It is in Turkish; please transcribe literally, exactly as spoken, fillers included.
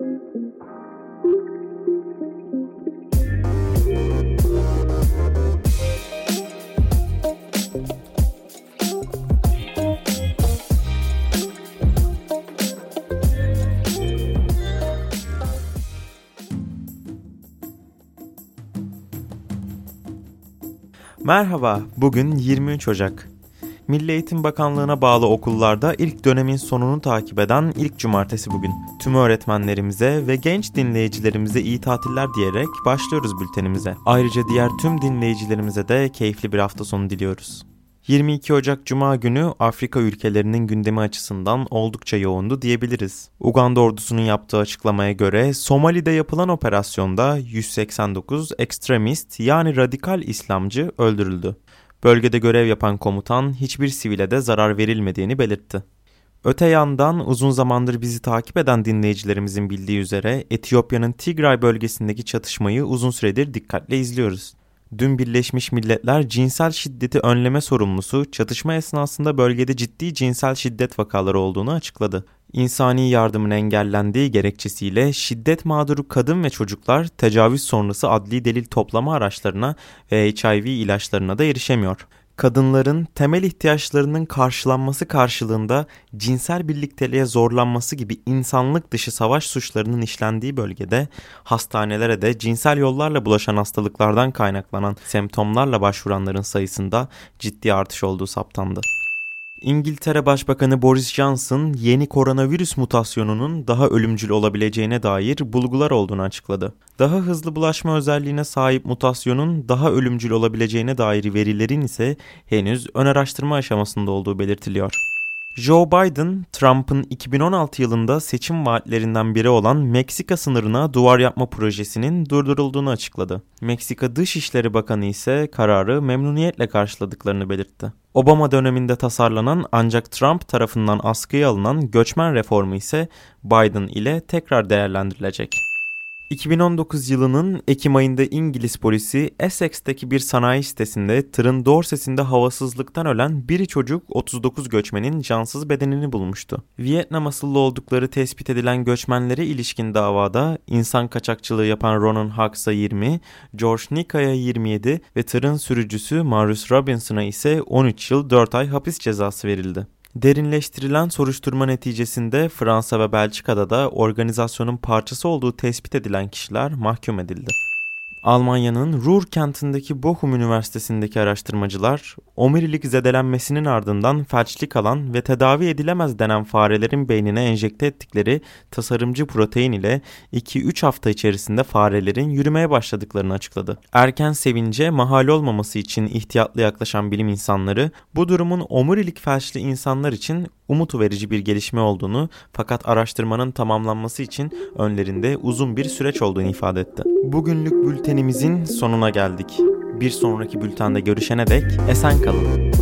Merhaba, bugün yirmi üç Ocak. Milli Eğitim Bakanlığı'na bağlı okullarda ilk dönemin sonunu takip eden ilk cumartesi bugün. Tüm öğretmenlerimize ve genç dinleyicilerimize iyi tatiller diyerek başlıyoruz bültenimize. Ayrıca diğer tüm dinleyicilerimize de keyifli bir hafta sonu diliyoruz. yirmi iki Ocak Cuma günü Afrika ülkelerinin gündemi açısından oldukça yoğundu diyebiliriz. Uganda ordusunun yaptığı açıklamaya göre Somali'de yapılan operasyonda yüz seksen dokuz ekstremist yani radikal İslamcı öldürüldü. Bölgede görev yapan komutan hiçbir sivile de zarar verilmediğini belirtti. Öte yandan uzun zamandır bizi takip eden dinleyicilerimizin bildiği üzere Etiyopya'nın Tigray bölgesindeki çatışmayı uzun süredir dikkatle izliyoruz. Dün Birleşmiş Milletler cinsel şiddeti önleme sorumlusu çatışma esnasında bölgede ciddi cinsel şiddet vakaları olduğunu açıkladı. İnsani yardımın engellendiği gerekçesiyle şiddet mağduru kadın ve çocuklar tecavüz sonrası adli delil toplama araçlarına ve H I V ilaçlarına da erişemiyor. Kadınların temel ihtiyaçlarının karşılanması karşılığında cinsel birlikteliğe zorlanması gibi insanlık dışı savaş suçlarının işlendiği bölgede hastanelere de cinsel yollarla bulaşan hastalıklardan kaynaklanan semptomlarla başvuranların sayısında ciddi artış olduğu saptandı. İngiltere Başbakanı Boris Johnson yeni koronavirüs mutasyonunun daha ölümcül olabileceğine dair bulgular olduğunu açıkladı. Daha hızlı bulaşma özelliğine sahip mutasyonun daha ölümcül olabileceğine dair verilerin ise henüz ön araştırma aşamasında olduğu belirtiliyor. Joe Biden, Trump'ın iki bin on altı yılında seçim vaatlerinden biri olan Meksika sınırına duvar yapma projesinin durdurulduğunu açıkladı. Meksika Dışişleri Bakanı ise kararı memnuniyetle karşıladıklarını belirtti. Obama döneminde tasarlanan ancak Trump tarafından askıya alınan göçmen reformu ise Biden ile tekrar değerlendirilecek. iki bin on dokuz yılının Ekim ayında İngiliz polisi Essex'teki bir sanayi sitesinde tırın dorsesinde havasızlıktan ölen bir çocuk otuz dokuz göçmenin cansız bedenini bulmuştu. Vietnam asıllı oldukları tespit edilen göçmenlere ilişkin davada insan kaçakçılığı yapan Ronan Hucks'a yirmi, George Nika'ya yirmi yedi ve tırın sürücüsü Marius Robinson'a ise on üç yıl dört ay hapis cezası verildi. Derinleştirilen soruşturma neticesinde Fransa ve Belçika'da da organizasyonun parçası olduğu tespit edilen kişiler mahkum edildi. Almanya'nın Ruhr kentindeki Bochum Üniversitesi'ndeki araştırmacılar, omurilik zedelenmesinin ardından felçlik alan ve tedavi edilemez denen farelerin beynine enjekte ettikleri tasarımcı protein ile iki üç hafta içerisinde farelerin yürümeye başladıklarını açıkladı. Erken sevince mahal olmaması için ihtiyatlı yaklaşan bilim insanları, bu durumun omurilik felçli insanlar için umut verici bir gelişme olduğunu fakat araştırmanın tamamlanması için önlerinde uzun bir süreç olduğunu ifade etti. Bugünlük bültenimizin sonuna geldik. Bir sonraki bültende görüşene dek esen kalın.